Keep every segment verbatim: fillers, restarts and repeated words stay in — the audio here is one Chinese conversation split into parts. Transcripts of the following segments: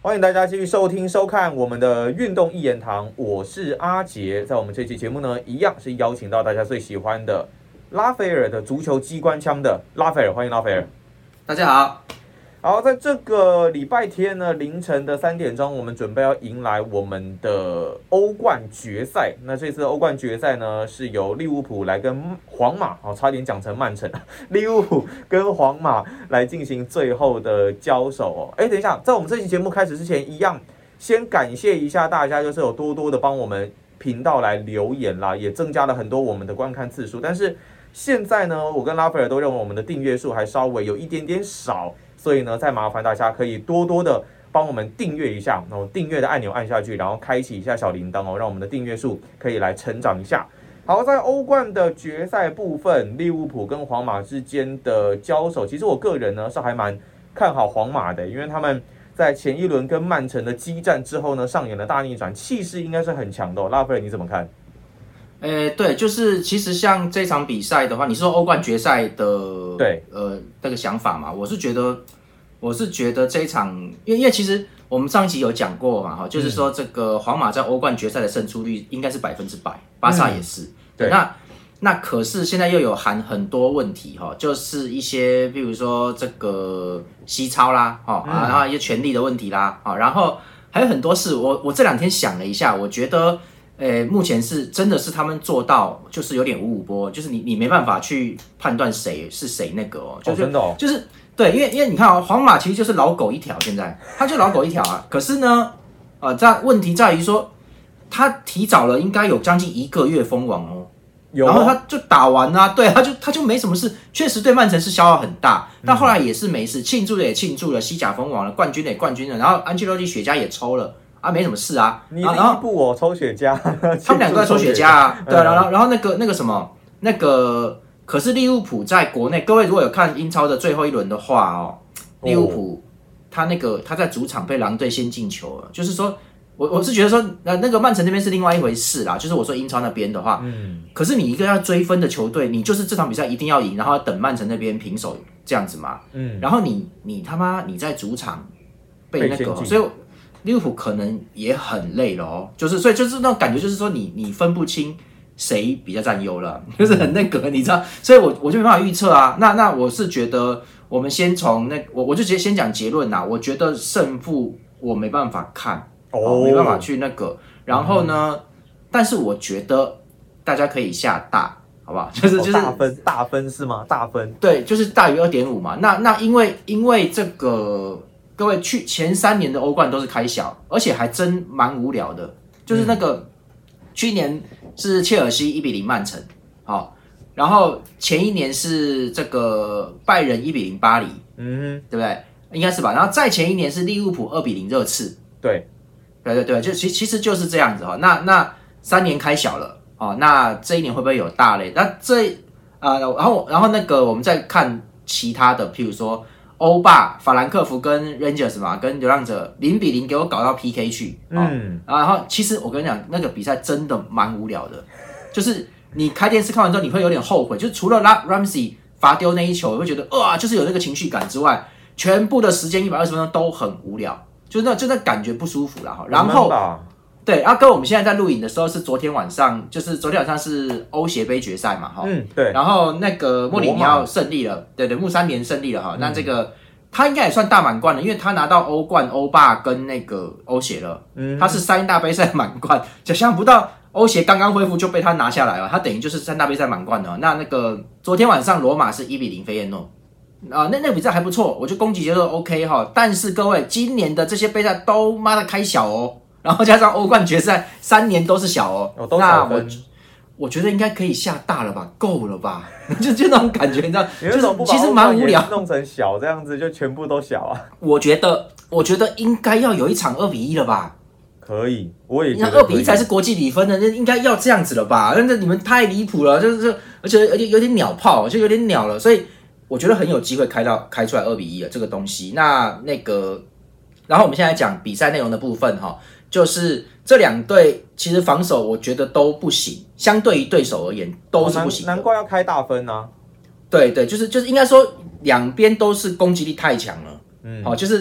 欢迎大家继续收听收看我们的运动一言堂，我是阿杰。在我们这期节目呢，一样是邀请到大家最喜欢的拉斐尔的足球机关枪的拉斐尔，欢迎拉斐尔。 大家好。 好，在这个礼拜天呢，凌晨的三点钟，我们准备要迎来我们的欧冠决赛。那这次欧冠决赛呢，是由利物浦来跟皇马，哦，差点讲成曼城，利物浦跟皇马来进行最后的交手哦。哎，等一下，在我们这期节目开始之前，一样先感谢一下大家，就是有多多的帮我们频道来留言啦，也增加了很多我们的观看次数。但是现在呢，我跟拉斐尔都认为我们的订阅数还稍微有一点点少。所以呢，再麻烦大家可以多多的帮我们订阅一下，然后订阅的按钮按下去，然后开启一下小铃铛哦，让我们的订阅数可以来成长一下。好，在欧冠的决赛部分，利物浦跟皇马之间的交手，其实我个人呢是还蛮看好皇马的，因为他们在前一轮跟曼城的激战之后呢，上演了大逆转，气势应该是很强的哦。拉斐尔你怎么看？ 诶，对，就是其实像这场比赛的话，你说欧冠决赛的对呃那个想法嘛，我是觉得，我是觉得这一场，因为因为其实我们上一集有讲过嘛，哈，就是说这个皇马在欧冠决赛的胜出率应该是百分之百，巴萨也是。嗯、对，那那可是现在又有含很多问题哈，就是一些比如说这个西超啦，哈、嗯，然后一些权力的问题啦，啊，然后还有很多事，我我这两天想了一下，我觉得。诶，目前是真的是他们做到，就是有点五五波，就是你你没办法去判断谁是谁那个哦，就哦真的哦， 就是对，因为因为你看哦，皇马其实就是老狗一条，现在他就老狗一条啊。可是呢，呃，在问题在于说，他提早了应该有将近一个月封王哦， 有， 然后他就打完啊，对，他就他就没什么事，确实对曼城是消耗很大，但后来也是没事，庆祝的也庆祝了，西甲封王了，冠军的也冠军了，然后安切洛蒂雪茄也抽了。啊，没什么事啊。 你第一步我抽雪茄， 他们两个在抽雪茄啊。对啊，然后然后那个那个什么，那个可是利物浦在国内，各位如果有看英超的最后一轮的话哦，利物浦他那个他在主场被狼队先进球了，就是说我我是觉得说，那那个曼城那边是另外一回事啦。就是我说英超那边的话，嗯，可是你一个要追分的球队，你就是这场比赛一定要赢，然后等曼城那边平手这样子嘛，嗯，然后你你他妈你在主场被那个，所以。利物浦可能也很累了哦，就是所以就是那种感觉，就是说你你分不清谁比较占优了，就是很那个，你知道，所以我我就没办法预测啊。那那我是觉得，我们先从那我我就直接先讲结论啦。我觉得胜负我没办法看，哦，没办法去那个。然后呢，嗯、但是我觉得大家可以下大，好不好？就是就是、 哦、大分大分是吗？大分对，就是大于 二点五 嘛。那那因为因为这个。各位去前三年的欧冠都是开小，而且还真蛮无聊的。就是那个、嗯、去年是切尔西一比零曼城，好、哦，然后前一年是这个拜仁一比零巴黎，嗯，对不对？应该是吧。然后再前一年是利物浦二比零热刺， 对， 对对对，就其其实就是这样子哈、哦。那那三年开小了哦，那这一年会不会有大嘞？那这啊、呃，然后然后那个我们再看其他的，譬如说。欧霸、法兰克福跟 Rangers 嘛，跟流浪者零比零给我搞到 P K 去，嗯，然后其实我跟你讲，那个比赛真的蛮无聊的，就是你开电视看完之后，你会有点后悔，就除了 Ramsey 罚丢那一球，你会觉得哇，就是有那个情绪感之外，全部的时间一百二十分钟都很无聊，就是那就那感觉不舒服啦。然后对，阿哥，我们现在在录影的时候是昨天晚上，就是昨天晚上是欧协杯决赛嘛，哈，嗯，对。然后那个莫里尼奥胜利了，对对，穆三连胜利了哈、嗯。那这个他应该也算大满贯了，因为他拿到欧冠、欧霸跟那个欧协了，嗯，他是三大杯赛满贯，就想不到欧协刚刚恢复就被他拿下来了，他等于就是三大杯赛满贯了。那那个昨天晚上罗马是一比零飞燕诺。啊、呃，那那个比赛还不错，我觉得攻击节奏 OK 哈。但是各位，今年的这些杯赛都妈的开小哦。然后加上欧冠决赛三年都是小哦， 哦都小分， 那我我觉得应该可以下大了吧，够了吧？就就那种感觉，你知道，就是其实蛮无聊， 弄成小这样子就全部都小啊。 我觉得，我觉得应该要有一场二比一了吧？ 可以，我也觉得二比一才是国际比分的，应该要这样子了吧？那你们太离谱了，就是而且而且有点鸟炮，就有点鸟了，所以我觉得很有机会开到开出来二比一了这个东西。那那个，然后我们现在讲比赛内容的部分哈。就是这两队其实防守我觉得都不行，相对于对手而言都是不行的、 哦、难, 难怪要开大分啊。 对对，就是就是应该说两边都是攻击力太强了。嗯，好、哦，就是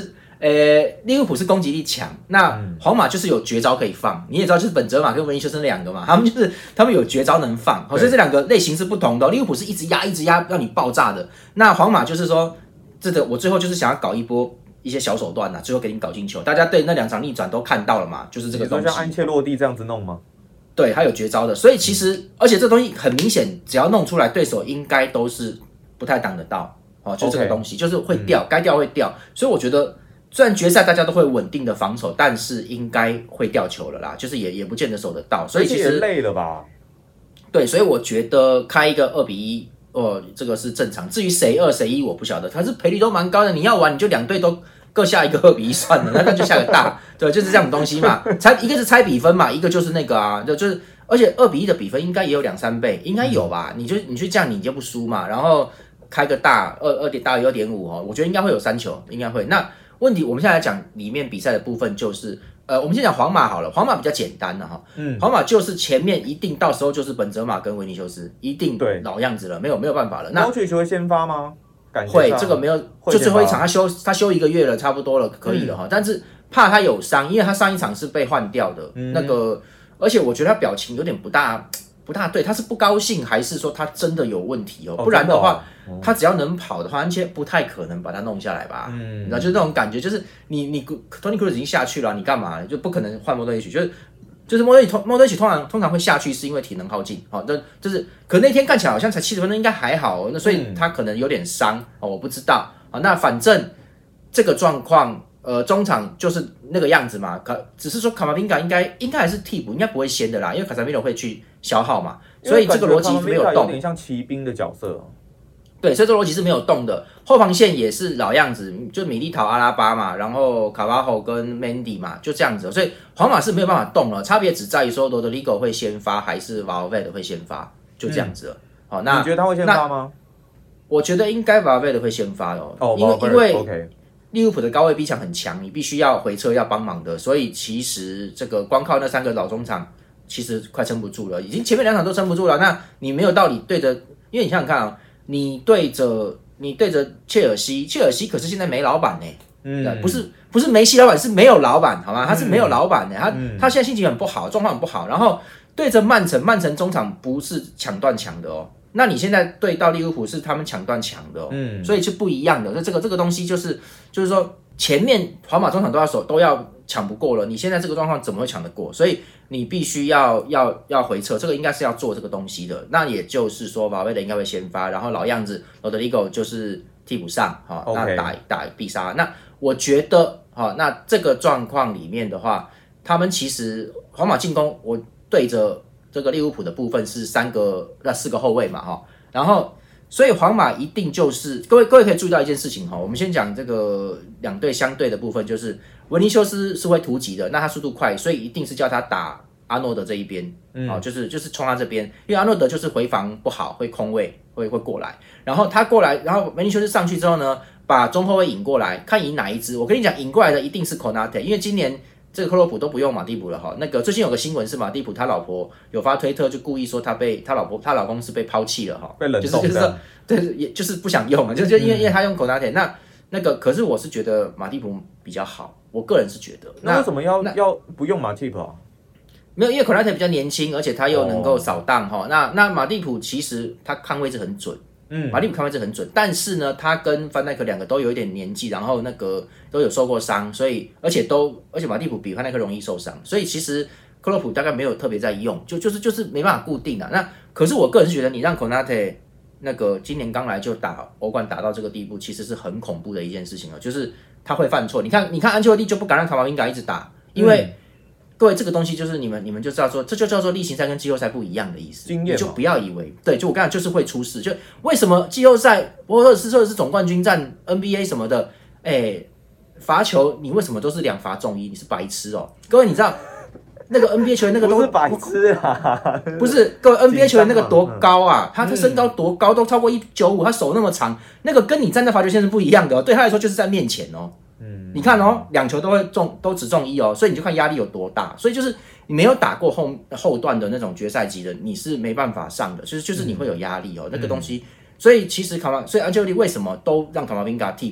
呃，利物浦是攻击力强，那皇马就是有绝招可以放。你也知道，就是本泽马跟维尼修斯那两个嘛，他们就是他们有绝招能放，所以这两个类型是不同的、哦。利物浦是一直压一直压让你爆炸的，那皇马就是说，这个我最后就是想要搞一波一些小手段呐、啊，最后给你搞进球。大家对那两场逆转都看到了嘛，就是这个东西。 你说像安切洛蒂这样子弄吗？ 对，他有绝招的，所以其实而且这东西很明显，只要弄出来，对手应该都是不太挡得到。哦，就这个东西， okay, 就是会掉，该、嗯、掉会掉，所以我觉得虽然决赛大家都会稳定的防守，但是应该会掉球了啦，就是也也不见得守得到，所以其实也累了吧？ 对，所以我觉得开一个二比一，哦，这个是正常。至于谁二谁一，我不晓得，可是赔率都蛮高的，你要玩你就两队都各下一个二比一算了，那就下个大，对，就是这种东西嘛。猜一个是猜比分嘛，一个就是那个啊，就就是而且二比一的比分应该也有两三倍，应该有吧？嗯、你就你去这样你就不输嘛，然后。开个大二二点大于二点五哦，我觉得应该会有三球，应该会。那问题我们现在来讲里面比赛的部分，就是呃，我们先讲皇马好了，皇马比较简单的、啊、哈，嗯，皇马就是前面一定到时候就是本泽马跟维尼修斯一定老样子了，没有没有办法了。那莫德里奇会先发吗？ 会，这个没有，就最后一场他休他休一个月了，差不多了，可以了哈、嗯。但是怕他有伤，因为他上一场是被换掉的，嗯、那个，而且我觉得他表情有点不大。不大对，他是不高兴，还是说他真的有问题哦？哦不然的话，的哦、他只要能跑的话，安切不太可能把他弄下来吧？嗯，你知道，就是那种感觉，就是你你 Toni Kroos 已经下去了，你干嘛？就不可能换莫德里奇，就是就是莫德里奇莫德里奇通常通常会下去是因为体能耗尽，好、哦，这就是可那天看起来好像才七十分钟，应该还好，那所以他可能有点伤哦，我不知道啊、哦。那反正这个状况。呃，中场就是那个样子嘛，可只是说卡马宾嘎应该应该还是替补，应该不会先的啦，因为卡萨米罗会去消耗嘛，所以这个逻辑没有动， 有点像骑兵的角色、哦。 对，所以这逻辑是没有动的。后防线也是老样子，就米利陶、阿拉巴嘛，然后卡巴霍跟 Mendy 嘛，就这样子。所以皇马是没有办法动了，差别只在于说罗德里戈会先发还是 Valverde 会先发，就这样子了。好、嗯哦，那你觉得他会先发吗？ 我觉得应该 Valverde 会先发哦， 哦因为因为 OK。 利物浦的高位逼抢很强，你必须要回撤要帮忙的，所以其实这个光靠那三个老中场，其实快撑不住了，已经前面两场都撑不住了。那你没有道理对着，因为你想想看啊，你对着你对着切尔西，切尔西可是现在没老板呢、欸，嗯，不是不是梅西老板，是没有老板，好吗？他是没有老板的、欸，他、嗯、他现在心情很不好，状况很不好。然后对着曼城，曼城中场不是抢断强的哦。那你现在对到利物浦是他们抢断强的、哦，嗯，所以是不一样的。那这个这个东西就是就是说前面皇马中场都要守都要抢不过了，你现在这个状况怎么会抢得过？所以你必须要要要回撤，这个应该是要做这个东西的。那也就是说，瓦维的应该会先发，然后老样子罗德里戈就是替补上，哈、哦， okay. 那打打必杀。那我觉得，哈、哦，那这个状况里面的话，他们其实皇马进攻，我对着。这个利物浦的部分是三个那四个后卫嘛哈，然后所以皇马一定就是各位各位可以注意到一件事情哈，我们先讲这个两队相对的部分，就是维尼修斯是会突击的，那他速度快，所以一定是叫他打阿诺德这一边，嗯，哦，就是就是冲他这边，因为阿诺德就是回防不好，会空位会会过来，然后他过来，然后维尼修斯上去之后呢，把中后卫引过来，看引哪一支，我跟你讲，引过来的一定是 Konate， 因为今年。这个克洛普都不用马蒂普了哈，那个最近有个新闻是马蒂普他老婆有发推特，就故意说他被他老婆他老公是被抛弃了哈， 被冷冻的， 就是就是对，也就是不想用，就就因为、嗯、因为他用口拿铁，那那个可是我是觉得马蒂普比较好，我个人是觉得。 那为什么要要不用马蒂普啊？ 没有，因为口拿铁比较年轻，而且他又能够扫荡哈、哦。那那马蒂普其实他看位置很准。嗯，马蒂普看位置很准，但是呢，他跟范戴克两个都有一点年纪，然后那个都有受过伤，所以而且都而且马蒂普比范戴克容易受伤，所以其实克洛普大概没有特别在用，就就是就是没办法固定的。那可是我个人是觉得，你让 Konate 那个今年刚来就打欧冠打到这个地步，其实是很恐怖的一件事情哦，就是他会犯错。你看，你看安切洛蒂就不敢让卡马宾嘎一直打，因为。嗯各位，这个东西就是你们，你们就知道说，这就叫做例行赛跟季后赛不一样的意思。 经验， 你就不要以为，对，就我刚才就是会出事。就为什么季后赛或者是或者是总冠军战 N B A 什么的，哎，罚球你为什么都是两罚中一？你是白痴哦！各位，你知道那个 N B A 球员那个都不是白痴啊， 不是各位 N B A 球员那个多高啊？他他身高多高，都超过一九五，他手那么长，那个跟你站在罚球线是不一样的哦。对他来说就是在面前哦。嗯，你看哦，两球都会中，都只中一哦，所以你就看压力有多大。所以就是你没有打过后后段的那种决赛级的，你是没办法上的，就是就是你会有压力哦，嗯、那个东西。所以其实卡马，所以安切洛蒂为什么都让卡马宾嘎替补？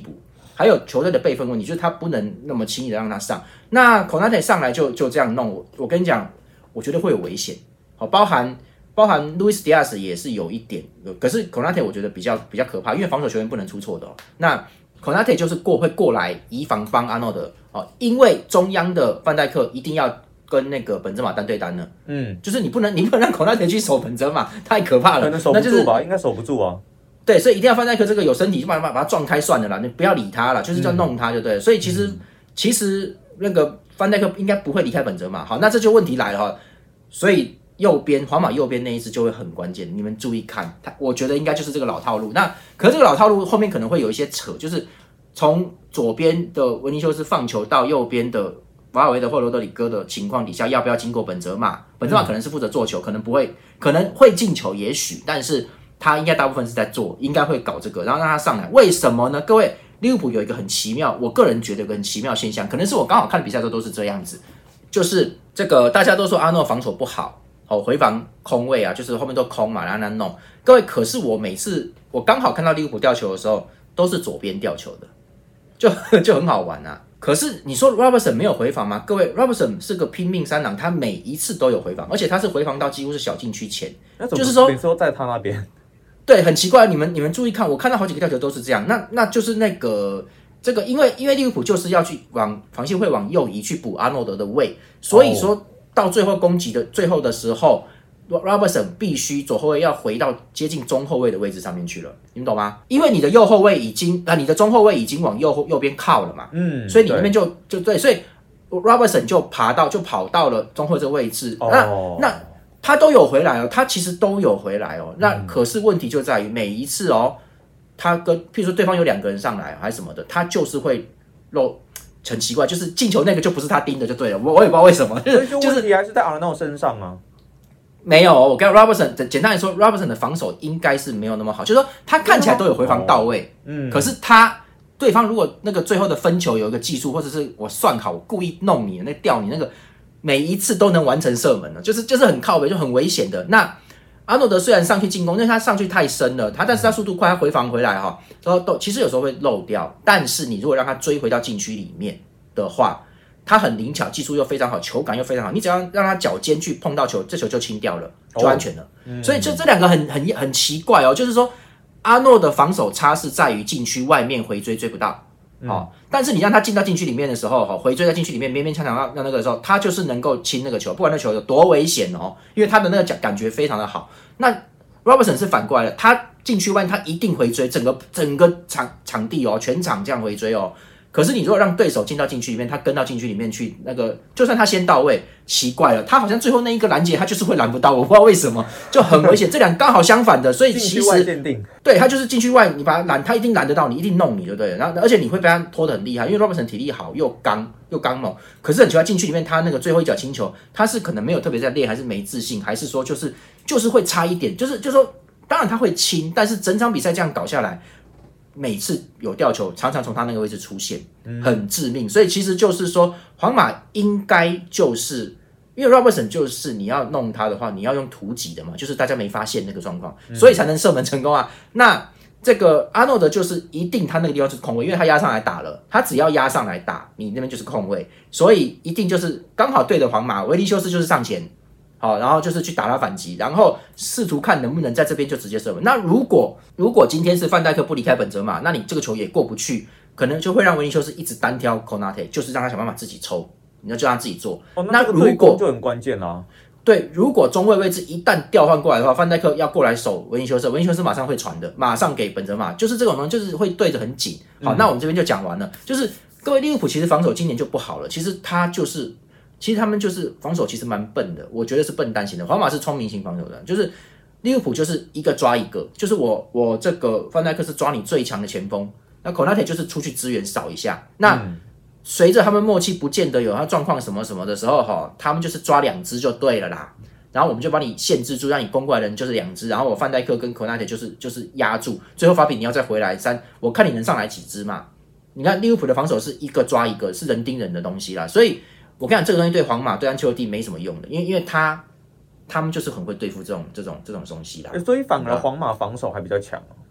还有球队的辈分问题，就是他不能那么轻易的让他上。那 Konate 上来就就这样弄，我我跟你讲，我觉得会有危险。好，包含包含 Luis Diaz 也是有一点，可是 Konate 我觉得比较比较可怕，因为防守球员不能出错的、哦。那 Konate 就是过会过来移防帮阿诺德哦，因为中央的范戴克一定要跟那个本泽马单对单了，嗯，就是你不能你不能让 Konate 去守本泽马，太可怕了， 可能守不住吧，就是、应该守不住啊。 对，所以一定要范戴克这个有身体，就把把把他撞开算了啦，你不要理他了，就是要弄他就对了。嗯、所以其实、嗯、其实那个范戴克应该不会离开本泽马，好，那这就问题来了哈，所以。右边皇马右边那一支就会很关键，你们注意看，他我觉得应该就是这个老套路。那可是这个老套路后面可能会有一些扯，就是从左边的维尼修斯放球到右边的瓦尔维德或罗德里戈的情况底下，要不要经过本泽马？本泽马可能是负责做球，可能不会，可能会进球，也许，但是他应该大部分是在做，应该会搞这个，然后让他上来。为什么呢？各位，利物浦有一个很奇妙，我个人觉得有个很奇妙现象，可能是我刚好看比赛的时候都是这样子，就是这个大家都说阿诺防守不好。哦，回防空位啊，就是后面都空嘛，然后那弄。各位，可是我每次我刚好看到利物浦吊球的时候，都是左边吊球的，就就很好玩啊。可是你说 Robertson 没有回防吗？各位 ，Robertson 是个拼命三郎，他每一次都有回防，而且他是回防到几乎是小禁区前，就是说每次都在他那边。 对，很奇怪，你们你们注意看，我看到好几个吊球都是这样。那那就是那个这个，因为因为利物浦就是要去往防线会往右移去补阿诺德的位，所以说。Oh.到最后攻击的最后的时候 ，Robertson 必须左后卫要回到接近中后卫的位置上面去了，你们懂吗？因为你的右后卫已经啊，你的中后卫已经往右右边靠了嘛，嗯，所以你那边就就对，所以 Robertson 就爬到就跑到了中后卫这个位置，哦、那那他都有回来哦，他其实都有回来哦，那、嗯、可是问题就在于每一次哦，他跟譬如说对方有两个人上来还是什么的，他就是会漏。很奇怪，就是进球那个就不是他盯的就对了，我我也不知道为什么，就是就问题还是在 Arnold 身上啊。 没有，我跟 Robertson 简单来说 ，Robertson 的防守应该是没有那么好，就是说他看起来都有回防到位，嗯，可是他对方如果那个最后的分球有一个技术，或者是我算好我故意弄你，那吊你那个每一次都能完成射门了，就是就是很靠北，就很危险的。那阿诺德虽然上去进攻，因为他上去太深了，他但是他速度快，他回防回来哈，然后都其实有时候会漏掉。但是你如果让他追回到禁区里面的话，他很灵巧，技术又非常好，球感又非常好。你只要让他脚尖去碰到球，这球就清掉了，就安全了。哦嗯、所以这这两个很很很奇怪哦，就是说阿诺的防守差是在于禁区外面回追追不到。好、哦，但是你让他进到禁区里面的时候，哈，回追在禁区里面勉勉强强让那个的时候，他就是能够清那个球，不管那球有多危险哦，因为他的那个感觉非常的好。那 Robertson 是反过来的，他禁区外他一定回追，整个整个场场地哦，全场这样回追哦。可是你如果让对手进到禁区里面，他跟到禁区里面去，那个就算他先到位，奇怪了，他好像最后那一个拦截他就是会拦不到，我不知道为什么，就很危险。这两刚好相反的，所以其实对他就是禁区外，你把他拦，他一定拦得到你，一定弄你，对不对？然后而且你会被他拖得很厉害，因为 Robertson 体力好又刚又刚猛，可是很奇怪，禁区里面他那个最后一脚清球，他是可能没有特别在练，还是没自信，还是说就是就是会差一点，就是就是说，当然他会轻，但是整场比赛这样搞下来。每次有吊球，常常从他那个位置出现，很致命。所以其实就是说，皇马应该就是因为 Robertson 就是你要弄他的话，你要用突击的嘛，就是大家没发现那个状况，所以才能射门成功啊。那这个阿诺德就是一定他那个地方就是空位，因为他压上来打了，他只要压上来打，你那边就是空位，所以一定就是刚好对着皇马，维尼修斯就是上前。好，然后就是去打他反击，然后试图看能不能在这边就直接射门。那如果如果今天是范戴克不离开本泽马，那你这个球也过不去，可能就会让维尼修斯一直单挑 Konate， 就是让他想办法自己抽，你要就让他自己做。 哦，那如果就很关键啦。 对，如果中卫位置一旦调换过来的话，范戴克要过来守维尼修斯，维尼修斯马上会传的，马上给本泽马，就是这种东西，就是会对着很紧。好，嗯、那我们这边就讲完了。就是各位利物浦其实防守今年就不好了，其实他就是。其实他们就是防守，其实蛮笨的，我觉得是笨蛋型的。皇马是聪明型防守的，就是利物浦就是一个抓一个，就是我我这个范戴克是抓你最强的前锋，那 Konate 就是出去支援扫一下。那随着他们默契不见得有他状况什么什么的时候，哈，他们就是抓两只就对了啦。然后我们就把你限制住，让你攻过来的人就是两只，然后我范戴克跟 Konate 就是就是压住，最后法比你要再回来三，我看你能上来几只嘛？你看利物浦的防守是一个抓一个，是人盯人的东西啦，所以。我跟你讲，这个东西对皇马、对安切洛蒂没什么用的，因为因为他他们就是很会对付这种这种这种东西啦。 所以反而皇马防守还比较强、哦。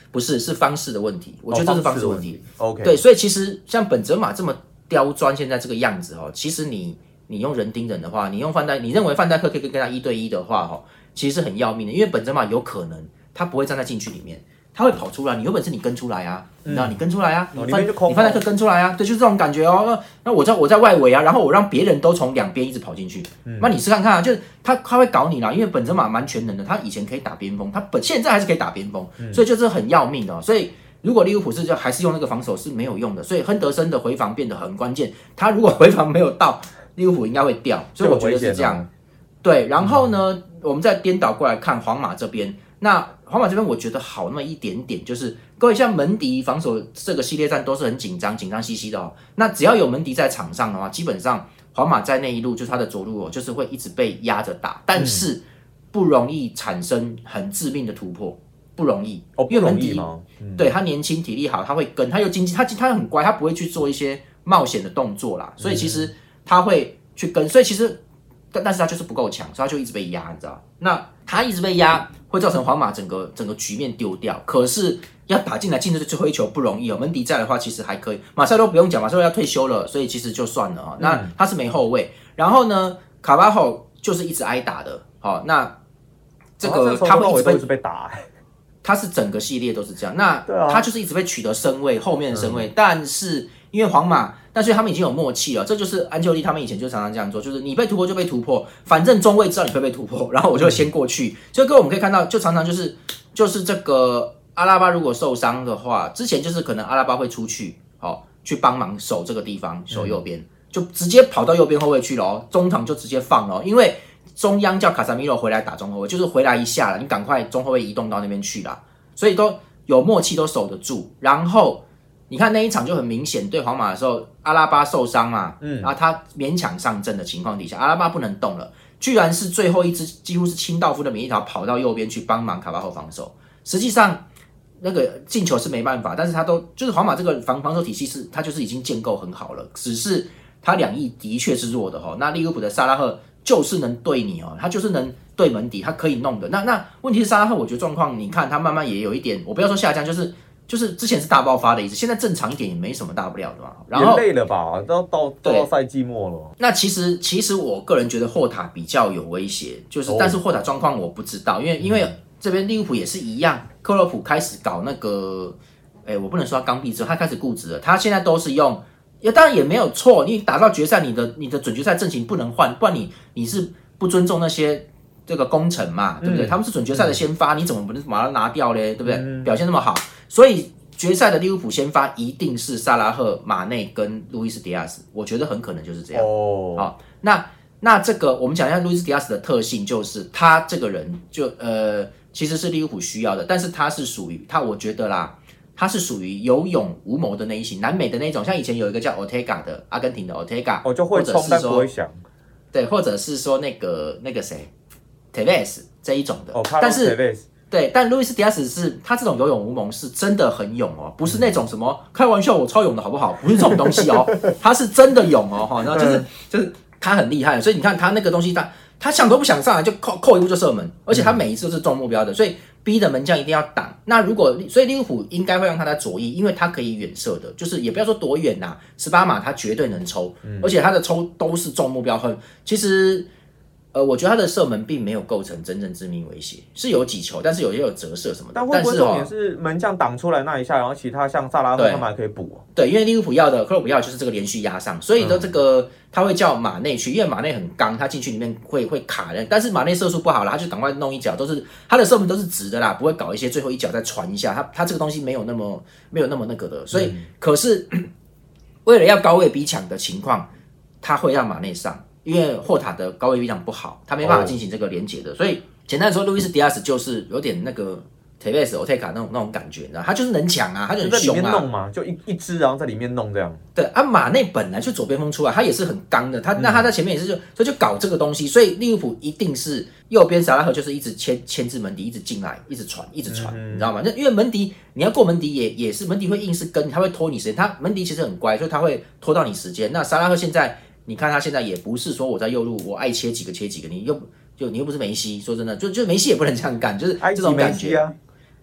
不是，是方式的问题。我觉得这是方式问题。 哦、OK， 对，所以其实像本泽马这么刁钻，现在这个样子哦，其实你你用人盯人的话，你用范戴，你认为范戴克可以跟他一对一的话哦，其实是很要命的，因为本泽马有可能他不会站在禁区里面。他会跑出来，你有本事你跟出来啊！你知道、嗯、你跟出来啊！你范、哦、你范戴克跟出来啊！对，就是这种感觉哦。那那我在我在外围啊，然后我让别人都从两边一直跑进去。嗯、那你试看看啊，就是他他会搞你啦，因为本泽马蛮全能的，他以前可以打边锋，他本现在还是可以打边锋，嗯、所以就是很要命的、哦。所以如果利物浦是就还是用那个防守是没有用的，所以亨德森的回防变得很关键。他如果回防没有到，利物浦应该会掉。所以我觉得是这样。哦、对，然后呢，嗯、我们再颠倒过来看皇马这边。那皇马这边我觉得好那么一点点，就是各位像门迪防守这个系列战都是很紧张、紧张兮兮的哦。那只要有门迪在场上的话，基本上皇马在那一路就是他的左路哦，就是会一直被压着打，但是不容易产生很致命的突破，不容易。 哦， 因为门迪、 嗯、 对他年轻、体力好，他会跟，他又经济，他他很乖，他不会去做一些冒险的动作啦，所以其实他会去跟，所以其实。但但是他就是不够强，所以他就一直被压，你知道？那他一直被压，会造成皇马整个整个局面丢掉。可是要打进来进的最后一球不容易哦。门迪在的话其实还可以，马塞洛不用讲，马塞洛要退休了，所以其实就算了哦。那他是没后卫，然后呢，卡巴后就是一直挨打的，好、哦，那这个、哦、他会一直被一直被打、欸， 他是整个系列都是这样。那他就是一直被取得身位，后面的身位，嗯、但是因为皇马。但是他们已经有默契了，这就是安切洛蒂他们以前就常常这样做，就是你被突破就被突破，反正中卫知道你会被突破，然后我就先过去。嗯、所以各位我们可以看到，就常常就是就是这个阿拉巴如果受伤的话，之前就是可能阿拉巴会出去，好、哦、去帮忙守这个地方，守右边，嗯、就直接跑到右边后卫去了哦，中场就直接放了、哦，因为中央叫卡萨米罗回来打中后卫，就是回来一下了，你赶快中后卫移动到那边去啦，所以都有默契，都守得住，然后。你看那一场就很明显，对皇马的时候，阿拉巴受伤嘛，嗯，然后他勉强上阵的情况底下，阿拉巴不能动了，居然是最后一支几乎是清道夫的米利陶跑到右边去帮忙卡巴后防守。实际上那个进球是没办法，但是他都就是皇马这个防防守体系是，他就是已经建构很好了，只是他两翼的确是弱的哈。那利物浦的萨拉赫就是能对你哦，他就是能对门迪，他可以弄的。那那问题是萨拉赫，我觉得状况你看他慢慢也有一点，我不要说下降，就是。就是之前是大爆发的意思，现在正常一点也没什么大不了的嘛。然后也累了吧，都到都到赛季末了。 那其实其实我个人觉得霍塔比较有威胁，就是、哦、但是霍塔状况我不知道，因为、嗯、因为这边利物浦也是一样，克洛普开始搞那个，哎，我不能说他刚愎自用，他开始固执了，他现在都是用，当然也没有错，你打到决赛，你的你的准决赛阵型不能换，不然你你是不尊重那些。这个功臣嘛，对不对？嗯、他们是准决赛的先发，嗯、你怎么不能把它拿掉嘞？对不对？嗯、表现那么好，所以决赛的利物浦先发一定是萨拉赫、马内跟路易斯迪亚斯，我觉得很可能就是这样。哦，好，那那这个我们讲一下路易斯迪亚斯的特性，就是他这个人就呃其实是利物浦需要的，但是他是属于他，我觉得啦，他是属于有勇无谋的那一型，南美的那一种，像以前有一个叫 Ortega 的阿根廷的 Ortega， 我、哦、就会冲但不会想， 对，或者是说那个那个谁。Tevez 这一种的， 哦、 但是对，但路易斯迪亚斯是他这种有勇无谋是真的很勇哦，不是那种什么、嗯、开玩笑我超勇的好不好？不是这种东西哦，他是真的勇哦，哈，然后就是就是他很厉害，所以你看他那个东西，他他想都不想上来就扣扣一步就射门，而且他每一次都是中目标的，所以逼的门将一定要挡。那如果所以利物浦应该会让他在左翼，因为他可以远射的，就是也不要说多远呐、啊，十八码他绝对能抽，嗯、而且他的抽都是中目标，很其实。呃，我觉得他的射门并没有构成真正致命威胁，是有几球，但是有些有折射什么的。 但会不会重点是门将挡出来那一下，然后其他像萨拉赫他们还可以补、啊？ 对，因为利物浦要的，克洛普要的就是这个连续压上，所以的这个、嗯、他会叫马内去，因为马内很刚，他进去里面会会卡人，但是马内射术不好了，他就赶快弄一脚，都是他的射门都是直的啦，不会搞一些最后一脚再传一下，他他这个东西没有那么没有那么那个的，所以、嗯、可是为了要高位逼抢的情况，他会让马内上。因为霍塔的高位逼抢不好，他没办法进行这个连结的， oh. 所以简单说，路易斯迪亚斯就是有点那个 Tevez、Ortega 那种那种感觉，你知道，他就是能抢啊，他就很凶啊， 就在里面弄嘛，就一一支然后在里面弄这样。 对啊，马内本来就左边锋出来，他也是很刚的，他、嗯、那他在前面也是就所以就搞这个东西，所以利物浦一定是右边萨拉赫就是一直牵牵制门迪，一直进来，一直传，一直传，嗯、你知道吗？因为门迪你要过门迪也也是门迪会硬是跟，他会拖你时间，他门迪其实很乖，所以他会拖到你时间。那萨拉赫现在。你看他现在也不是说我在右路我爱切几个切几个，你又就你又不是梅西，说真的，就就梅西也不能这样干，就是这种感觉。啊、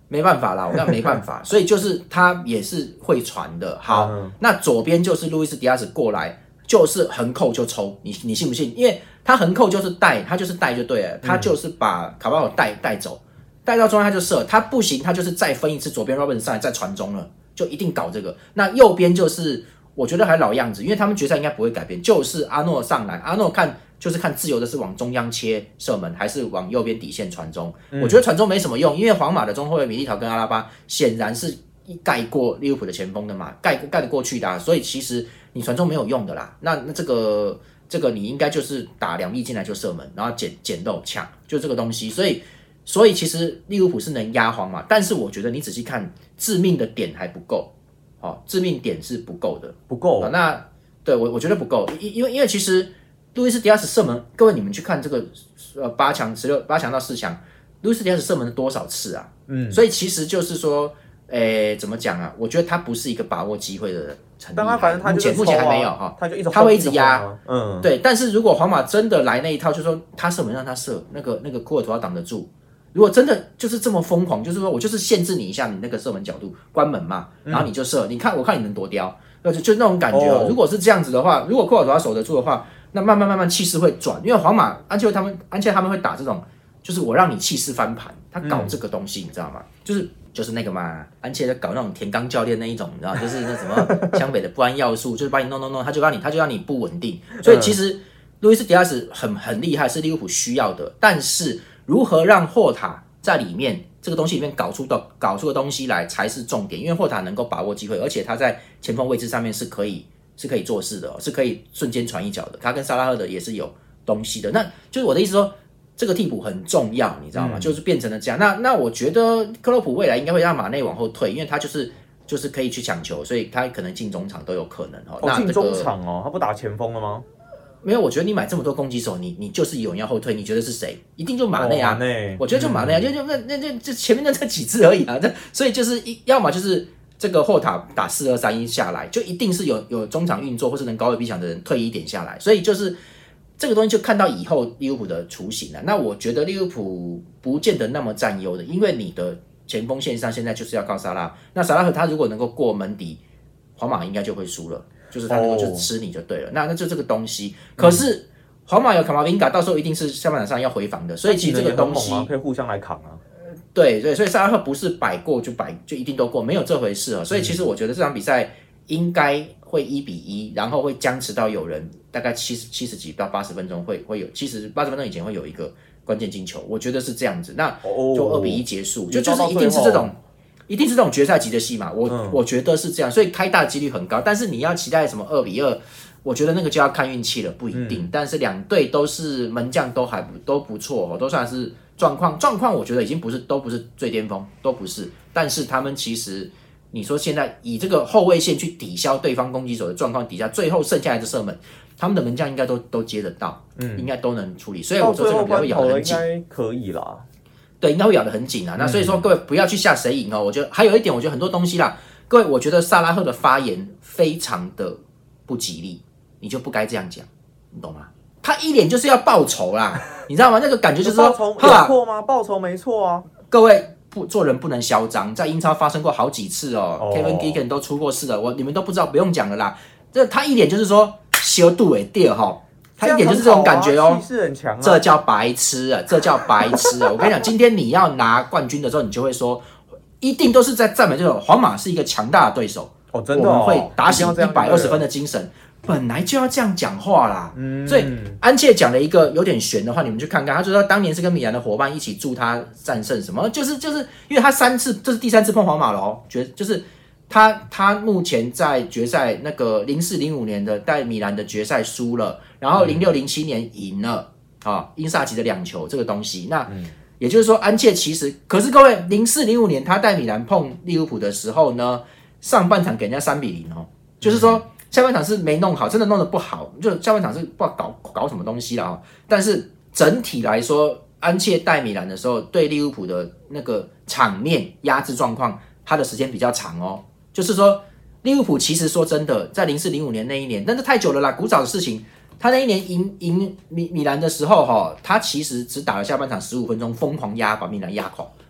没办法啦，我讲没办法，所以就是他也是会传的。好，嗯、那左边就是路易斯迪亚斯过来，就是横扣就抽，你你信不信？因为他横扣就是带，他就是带就对了，他就是把卡巴罗带带走，带到中央他就射，他不行，他就是再分一次，左边 Robinson 上来再传中了，就一定搞这个。那右边就是我觉得还老样子，因为他们决赛应该不会改变，就是阿诺上来，阿诺看。就是看自由的是往中央切射门，还是往右边底线传中、嗯。我觉得传中没什么用，因为皇马的中后卫米利陶跟阿拉巴显然是盖过利物浦的前锋的嘛，盖盖得过去的、啊，所以其实你传中没有用的啦。那那这个这个你应该就是打两粒进来就射门，然后捡捡漏抢，就这个东西。所以所以其实利物浦是能压皇马，但是我觉得你仔细看致命的点还不够，哦，致命点是不够的， 不够。 哦、那对我我觉得不够，因因为因为其实。路易斯迪亚斯射门，各位你们去看这个呃八强十六八强到四强，路易斯迪亚斯射门多少次啊？嗯，所以其实就是说，诶，怎么讲啊？我觉得他不是一个把握机会的人， 但他反正他目前目前还没有哈， 他就一直他会一直压， 嗯， 对。但是如果皇马真的来那一套，就是说他射门让他射，那个那个库尔图瓦挡得住。如果真的就是这么疯狂，就是说我就是限制你一下，你那个射门角度关门嘛，然后你就射，嗯、你看我看你能多刁，就就那种感觉、哦。如果是这样子的话，如果库尔图瓦守得住的话。那慢慢慢慢气势会转，因为皇马安切他们安切他们会打这种，就是我让你气势翻盘，他搞这个东西、嗯、你知道吗？就是就是那个嘛，安切在搞那种田刚教练那一种，你知道，就是那什么湘北的不安要素，就是把你弄弄弄，他就让你他就让你不稳定。所以其实路易斯迪亚斯很很厉害，是利物浦需要的，但是如何让霍塔在里面这个东西里面搞出的搞出的东西来才是重点，因为霍塔能够把握机会，而且他在前锋位置上面是可以。是可以做事的、哦，是可以瞬间传一脚的。他跟萨拉赫的也是有东西的。那就是我的意思说，这个替补很重要，你知道吗？嗯、就是变成了这样。那那我觉得克洛普未来应该会让马内往后退，因为他就是就是可以去抢球，所以他可能进中场都有可能哦。 哦，进、这个、中场哦，他不打前锋了吗？ 没有，我觉得你买这么多攻击手，你你就是有人要后退，你觉得是谁？一定就马内啊！哦、马内我觉得就马内啊，嗯、就就那那那就前面的这几支而已啊。这所以就是一要么就是。这个霍塔打四二三一下来，就一定是有有中场运作或是能高位逼抢的人退一点下来，所以就是这个东西就看到以后利物浦的雏形了。那我觉得利物浦不见得那么占优的，因为你的前锋线上现在就是要靠萨拉，那萨拉赫他如果能够过门底，皇马应该就会输了，就是他能够就吃你就对了。哦、那那就这个东西，可是皇马有卡马vinga，到时候一定是下半场上要回防的，所以其实这个东西、 啊、可以互相来扛啊。 对对，所以萨拉赫不是百过就百就一定都过，没有这回事啊。所以其实我觉得这场比赛应该会一比一，然后会僵持到有人大概七十七十几到八十分钟会会有七十八十分钟以前会有一个关键进球，我觉得是这样子。那就二比一结束，哦、就就是一定是这种，一定是这种决赛级的戏嘛。我、嗯、我觉得是这样，所以开大的几率很高。但是你要期待什么二比二？我觉得那个就要看运气了，不一定。嗯、但是两队都是门将都还不都不错，都算是。状况状况，我觉得已经不是都不是最巅峰，都不是。但是他们其实，你说现在以这个后卫线去抵消对方攻击手的状况底下，最后剩下来的射门，他们的门将应该都都接得到，嗯，应该都能处理。所以我说这个比较会咬得很紧， 应该可以啦。 对，应该会咬得很紧啊。那所以说各位不要去下谁赢哦。我觉得还有一点，我觉得很多东西啦，各位，我觉得萨拉赫的发言非常的不吉利，你就不该这样讲，你懂吗？他一脸就是要报仇啦，你知道吗？那个感觉就是说， 报仇有错吗？报仇没错啊。 各位不做人不能嚣张，在英超发生过好几次哦。Oh. Kevin Keegan 都出过事了，我你们都不知道，不用讲了啦。这他一脸就是说修度诶第二哈，他一点就是这种感觉哦。 气势很强啊， 这叫白痴啊，这叫白痴啊！我跟你讲，今天你要拿冠军的时候，你就会说，一定都是在赞美这种皇马是一个强大的对手。 哦，真的、哦， 我们会打醒一百二十分的精神。本来就要这样讲话啦，嗯、所以安切讲了一个有点悬的话，你们去看看。他就说当年是跟米兰的伙伴一起祝他战胜什么，就是就是因为他三次，这是第三次碰皇马了哦，决就是他他目前在决赛那个零四零五年的带米兰的决赛输了，然后零六零七年赢了啊、哦，英萨奇的两球这个东西，那、嗯、也就是说安切其实，可是各位零四零五年他带米兰碰利物浦的时候呢，上半场给人家三比零哦，就是说。嗯下半场是没弄好，真的弄得不好，就下半场是不知道搞搞什么东西了啊！但是整体来说，安切带米兰的时候，对利物浦的那个场面压制状况，他的时间比较长哦。就是说，利物浦其实说真的，在零四零五年那一年，但是太久了啦，古早的事情。他那一年赢赢米米兰的时候，哈，他其实只打了下半场十五分钟，疯狂压把米兰压垮，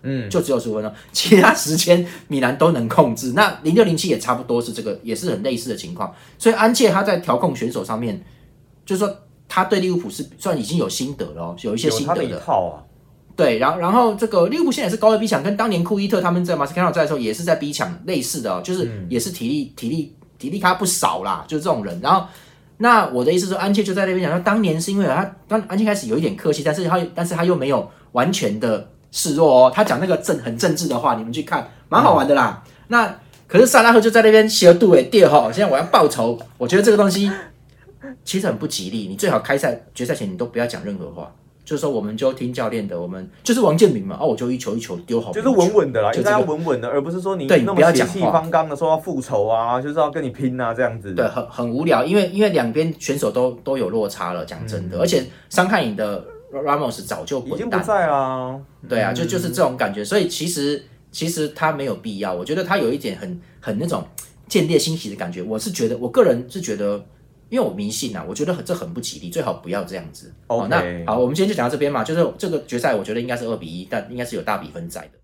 嗯，就只有十五分钟，其他时间米兰都能控制。那零六零七也差不多是这个，也是很类似的情况。所以安切他在调控选手上面，就是说他对利物浦是算已经有心得了、哦，有一些心得的。 有他的一套啊。 对，然后然后这个利物浦现在也是高位逼抢，跟当年库伊特他们在马斯卡诺在的时候也是在逼抢类似的、哦，就是也是体力、嗯、体力体力咖不少啦，就是这种人。然后那我的意思说，安切就在那边讲说，当年是因为他当安切开始有一点客气，但是他但是他又没有完全的示弱哦，他讲那个政很政治的话，你们去看，蛮好玩的啦。嗯、那可是萨拉赫就在那边斜度诶，第二哈，现在我要报仇，我觉得这个东西其实很不吉利。你最好开赛决赛前你都不要讲任何话，就是说我们就听教练的，我们就是王建民嘛，哦，我就一球一球丢好， 就是稳稳的啦，应该要稳稳的，而不是说你那么血气方刚的说要复仇啊，就是要跟你拼啊这样子。 对，很很无聊，因为因为两边选手都都有落差了，讲真的，嗯、而且伤害你的。Ramos 早就滚蛋， 已经不在啦。 对啊，就就是这种感觉，所以其实其实他没有必要。我觉得他有一点很很那种见猎欣喜的感觉。我是觉得，我个人是觉得，因为我迷信啊，我觉得这很不吉利，最好不要这样子。 Okay. 好，那好，我们今天就讲到这边嘛，就是这个决赛，我觉得应该是二比一，但应该是有大比分在的。